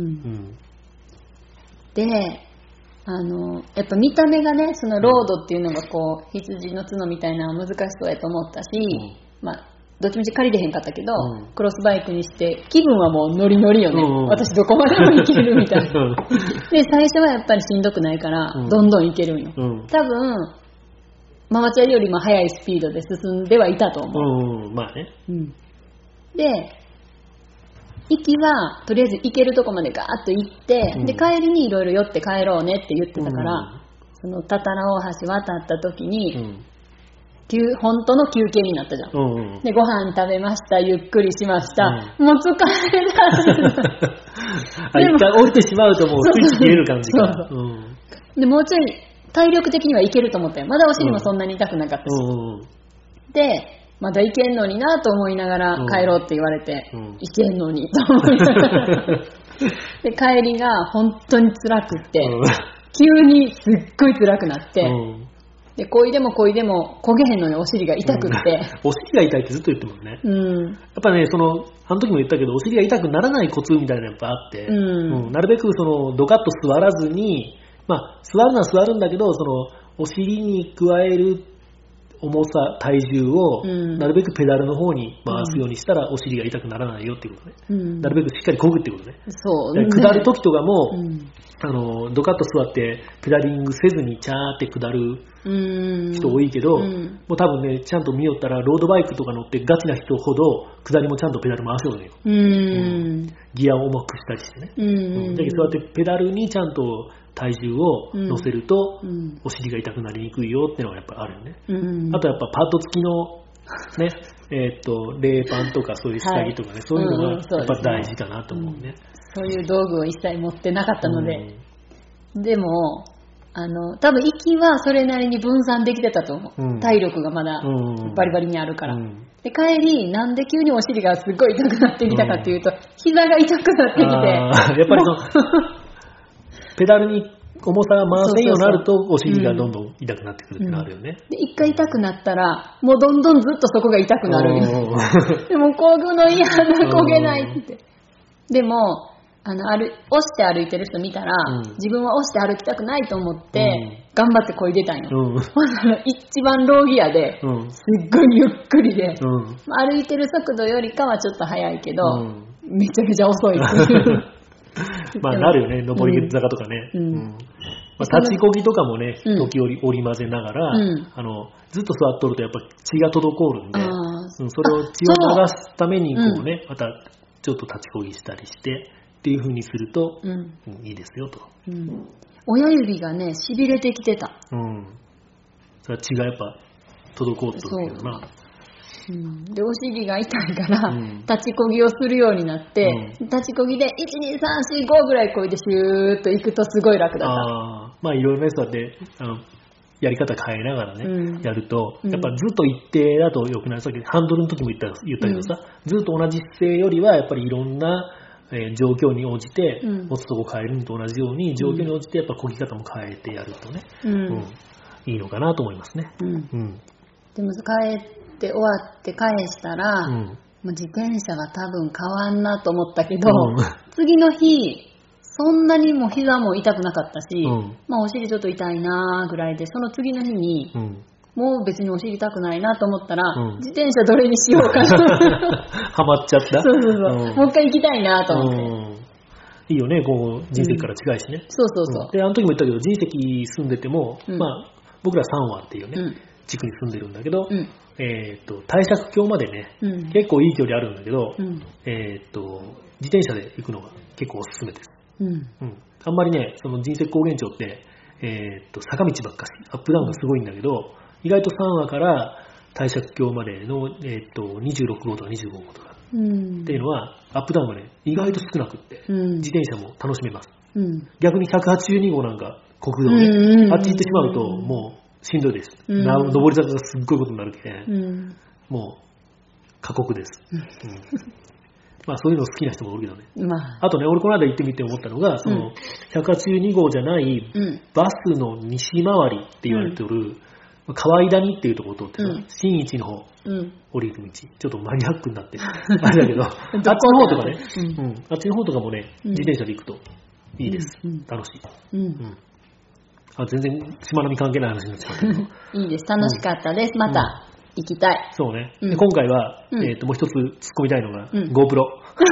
で、やっぱ見た目がね、そのロードっていうのがこう羊の角みたいなの難しそうやと思ったし、まあどっちみち借りれへんかったけど、クロスバイクにして気分はもうノリノリよね。私どこまでも行けるみたいな。で、最初はやっぱりしんどくないからどんどん行けるんよ。多分ママチャリよりも速いスピードで進んではいたと思う。 まあね。 で、行きはとりあえず行けるとこまでガーッと行って、で帰りにいろいろ寄って帰ろうねって言ってたから、そのタタラ大橋渡った時に、本当の休憩になったじゃん。で、ご飯食べました、ゆっくりしました。もう疲れた。 一回降りてしまうともうスイッチ切れる感じか。 で、もうちょい体力的にはいけると思ったよ。まだお尻もそんなに痛くなかったし。で、まだいけんのになと思いながら帰ろうって言われて、いけんのにと思いながら。で、帰りが本当に辛くって、急にすっごい辛くなって、 で、こいでも焦げへんのにお尻が痛くって。 お尻が痛いってずっと言ってもんね。やっぱね、あの時も言ったけど、お尻が痛くならないコツみたいなのやっぱあって、なるべくドカッと座らずに、まあ、座るのは座るんだけど、お尻に加える重さ、体重を、なるべくペダルの方に回すようにしたら、お尻が痛くならないよっていうことね。なるべくしっかり漕ぐっていうことね。 そうね。 下る時とかも、ドカッと座ってペダリングせずにチャーって下る人多いけど、もう多分ね、ちゃんと見よったらロードバイクとか乗ってガチな人ほど下りもちゃんとペダル回せるのよ。ギアを重くしたりしてね。だけどそうやってペダルにちゃんと体重を乗せると、お尻が痛くなりにくいよっていうのがやっぱあるよね。あとやっぱパッド付きのね、冷パンとかそういう下着とかね、そういうのがやっぱ大事かなと思うね。 そういう道具を一切持ってなかったので、でも多分息はそれなりに分散できてたと思う、体力がまだバリバリにあるから、で帰りなんで急にお尻がすっごい痛くなってきたかっていうと、膝が痛くなってきて、 やっぱりペダルに重さが回せんようになるとお尻がどんどん痛くなってくるってのあるよね。 で一回痛くなったらもうどんどんずっとそこが痛くなるでもこぐの嫌だ、こげないって。でも押して歩いてる人見たら、自分は押して歩きたくないと思って、頑張って漕いでたんよ。一番ローギアで、すっごいゆっくりで、歩いてる速度よりかはちょっと速いけど、めちゃめちゃ遅いまあなるよね、上り坂とかね。立ちこぎとかもね、時折織り交ぜながら、ずっと座っとるとやっぱ血が滞るんで、それを血を流すためにこうね、またちょっと立ちこぎしたりしてっていう風にすると、いいですよと。 親指がね、しびれてきてた。 それは血がやっぱ滞っとるけどな。 でお尻が痛いから、立ちこぎをするようになって、立ちこぎで 1,2,3,4,5 ぐらいこいでシューッと行くとすごい楽だった。 まあいろいろね、そうやってやり方変えながらね、やるとやっぱずっと一定だと良くなる。さっきハンドルの時も言ったけどさ、ずっと同じ姿勢よりはやっぱりいろんな状況に応じて、持つとこ変えるのと同じように状況に応じてやっぱ漕ぎ方も変えてやるとね、いいのかなと思いますね。 でも帰って終わって返したら、もう自転車が多分変わんなと思ったけど、次の日そんなにもう膝も痛くなかったし、まあお尻ちょっと痛いなぐらいで、その次の日に、もう別にお尻痛くないなと思ったら、自転車どれにしようかなハマっちゃった。 そうもう一回行きたいなと思って。 いいよね、こう人石から近いしね。で、あの時も言ったけど、人石住んでても、まあ僕ら三和っていうね、地区に住んでるんだけど、帝釈峡までね、結構いい距離あるんだけど、自転車で行くのが結構おすすめです。あんまりね、その人石高原町って、坂道ばっかし、アップダウンがすごいんだけど、意外と三和から帝釈峡までの、26号とか25号とか、っていうのはアップダウンがね、意外と少なくって、自転車も楽しめます。逆に182号なんか国道で、あっち行ってしまうともうしんどいです。上り坂がすっごいことになるけん、もう過酷です。まあそういうの好きな人もおるけどね。あとね、俺この間行ってみて思ったのが、その182号じゃないバスの西回りって言われておる、河合谷っていうところを通ってさ、新一の方、降りる道、ちょっとマニアックになってあれだけど、あっちの方とかね、あっちの方とかもね、自転車で行くといいです。楽しい。全然しまなみ関係ない話になっちゃうけどいいです、楽しかったです。また行きたい。 そうね。で今回は、もう一つ突っ込みたいのが、GoPro。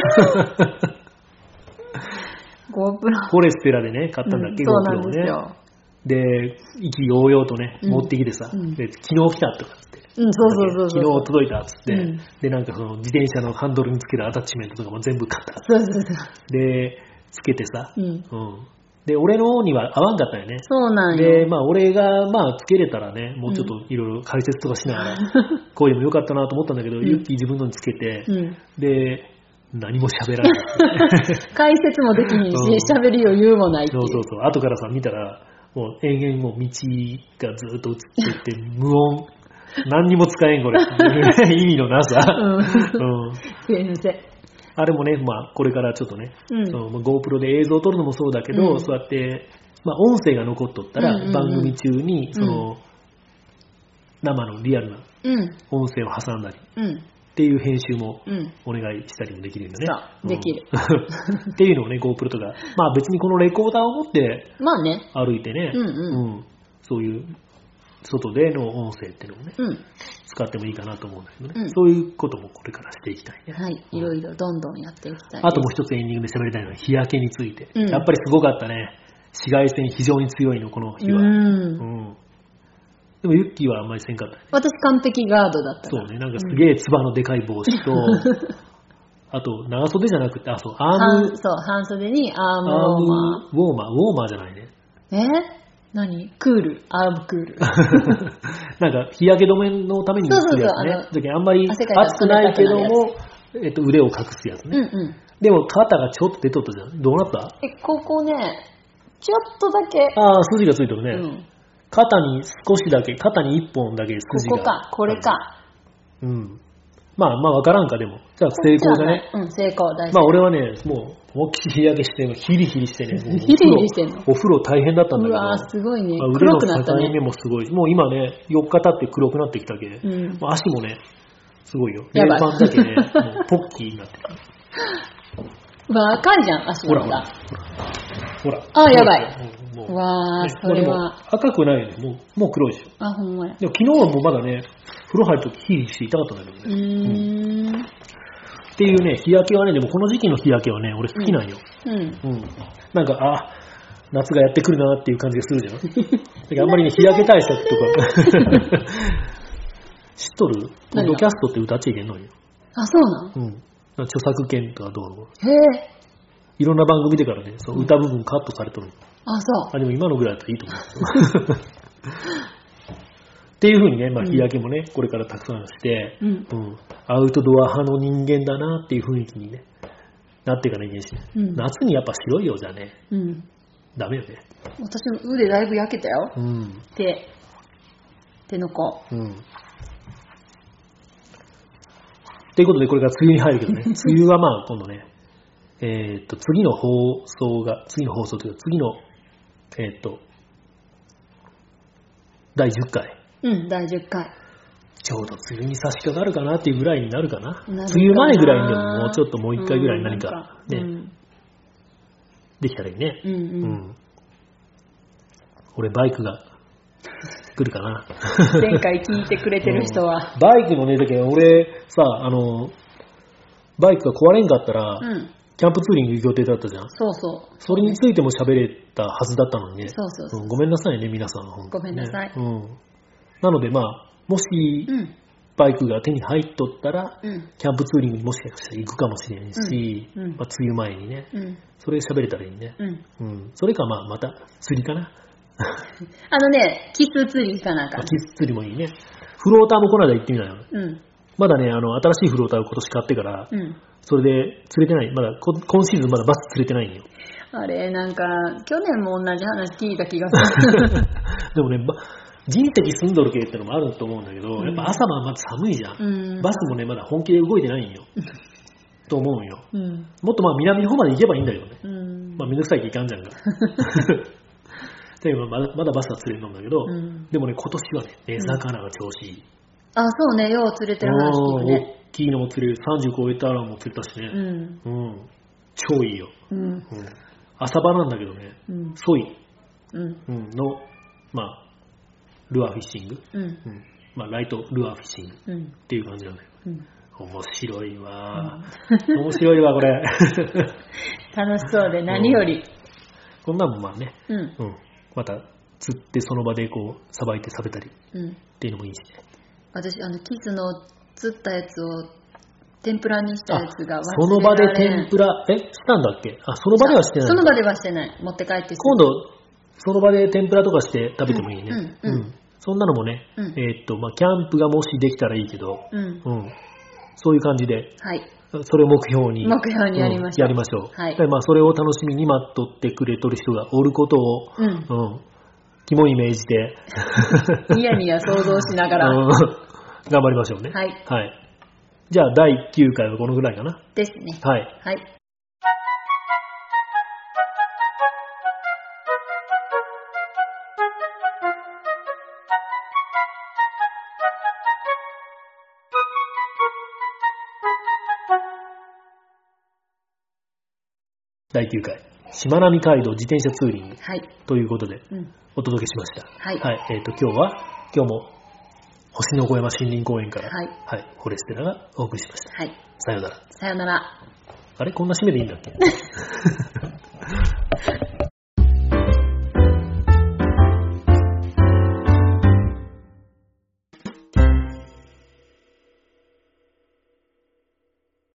GoPro。 フォレステラでね、買ったんだっけ、 そうなんですよ。 で、意気揚々とね、持ってきてさ、で昨日来たとかっつって。昨日届いたっつって、で、なんかその自転車のハンドルにつけるアタッチメントとかも全部買った。で、つけてさ、で、俺の方には合わんかったよね。 そうなんよ。 で、まあ、俺が、まあ、つけれたらね、もうちょっといろいろ解説とかしながら、こういうのもよかったなと思ったんだけど、ユッキー自分のにつけて、で、何も喋らない。 解説もできひんし、喋り余裕もないっていう。 そう。後からさ、見たら、もう延々もう道がずっと映ってて、無音。何にも使えん、これ。意味のなさ。 先生。 あれもね、まあ、これからちょっとね、GoPro で映像を撮るのもそうだけど、そうやって、まあ、音声が残っとったら、番組中に、 生のリアルな音声を挟んだり、っていう編集もお願いしたりもできるんだね。 できる。 っていうのをね、GoPro とか、まあ別にこのレコーダーを持ってまあね、 歩いてね、そういう外での音声っていうのをね、使ってもいいかなと思うんだけどね、そういうこともこれからしていきたいね。 はい、いろいろどんどんやっていきたい。 あともう一つエンディングで喋りたいのは日焼けについて。やっぱりすごかったね。紫外線非常に強いの、この日は。でもユッキーはあんまりせんかったね。 私完璧ガードだったから。 そうね、なんかすげえつばのでかい帽子と、あと長袖じゃなくて、そう、 半袖にアームウォーマー。 ウォーマーじゃないね。 何クール、アームクール。 なんか日焼け止めのためにするやつね。だけどあんまり暑くないけども、腕を隠すやつね。でも肩がちょっと出とったじゃん。どうなった？ ここね、ちょっとだけ。 筋がついてるね。肩に少しだけ、肩に1本だけ筋が。 ここか、これか。 まあわからんか、でも。じゃあ成功だね。 成功、大事。 まあ俺はね、もう思いっきり日焼けして、ヒリヒリしてね。 ヒリヒリしてんの？ お風呂大変だったんだけど。 うわー、すごいね。 腕の境目もすごい。もう今ね、4日経って黒くなってきたけ。足もね、すごいよ。 やばい。 レーパンだけね、もうポッキーになってる。 赤いじゃん、足の裏。 ほら。 やばい。わー、それは。 赤くないよね。もう黒いでしょ。 ほんまや。 でも昨日はもうまだね、風呂入るときヒリヒリして痛かったんだけどね。っていうね、日焼けはね、でもこの時期の日焼けはね、俺好きなんよ。なんか、夏がやってくるなっていう感じがするじゃん。だけどあんまりね、日焼け対策とか。知っとる？ポッドキャストって歌っちゃいけんのよ。 そうなん？ 著作権とかどうの。 へえ。 いろんな番組でからね、その歌部分カットされとる。 そう。 でも今のぐらいだったらいいと思う。っていう風にね、まあ日焼けもね、これからたくさんして、アウトドア派の人間だなっていう雰囲気にね、なっていかないといけないし、夏にやっぱ白いようじゃね、ダメよね。 私の腕だいぶ焼けたよ。手の甲。 ということでこれから梅雨に入るけどね、梅雨はまあ今度ね、次の放送というか次の、第10回。 第10回。 ちょうど梅雨に差し掛かるかなっていうぐらいになるかな。梅雨前ぐらいにでももうちょっともう一回ぐらい何かね、できたらいいね。俺バイクが来るかな。 前回聞いてくれてる人は。 バイクのね、だけど俺さ、バイクが壊れんかったら、キャンプツーリング行く予定だったじゃん。それについても喋れたはずだったのにね。ごめんなさいね、皆さん。 ごめんなさい。 なのでまあ、もし、バイクが手に入っとったら、キャンプツーリングにもしかしたら行くかもしれんし、梅雨前にね、それ喋れたらいいね。それかまあ、また釣りかな。 キス釣りかなんか。 キス釣りもいいね。フローターもこの間行ってみたよ。まだね、新しいフローターを今年買ってから、それで釣れてない。まだ、今シーズンまだバス釣れてないんよ。 なんか、去年も同じ話聞いた気がする。 でもね、人的住んどる系ってのもあると思うんだけど、やっぱ朝晩まず寒いじゃん。バスもね、まだ本気で動いてないんよ。と思うんよ。もっとまあ南の方まで行けばいいんだけどね。まあめんどくさいけいかんじゃんか。でもまだバスは釣れるんだけど、でもね、今年はね、魚が調子いい。 そうね、よう釣れてる話聞くね。 大きいのも釣れる、30超えたらも釣れたしね。超いいよ。朝場なんだけどね、ソイの、まあ、ルアーフィッシング。まあ、ライトルアーフィッシングっていう感じなんだよ。面白いわ。面白いわ、これ。 楽しそうで何より。 こんなんもまあね、また釣ってその場でこう、さばいて食べたりっていうのもいいしね。 私、キスの釣ったやつを天ぷらにしたやつが忘れられん。 その場で天ぷら、したんだっけ？その場ではしてない。 その場ではしてない。持って帰って今度、その場で天ぷらとかして食べてもいいね。そんなのもね、まあ、キャンプがもしできたらいいけど、そういう感じで、それを目標にやりましょう。 やりましょう。まあ、それを楽しみに待っとってくれとる人がおることを、肝に銘じて、 ニヤニヤ想像しながら、 頑張りましょうね。じゃあ、第9回はこのぐらいかな。 ですね。 はい。 第9回、しまなみ海道自転車ツーリングということでうんお届けしました。 はい。 はい。今日も星の小山森林公園から、 はい。 フォレステラがお送りしました。 はい。 さようなら。 さよなら。 あれこんな締めでいいんだっけ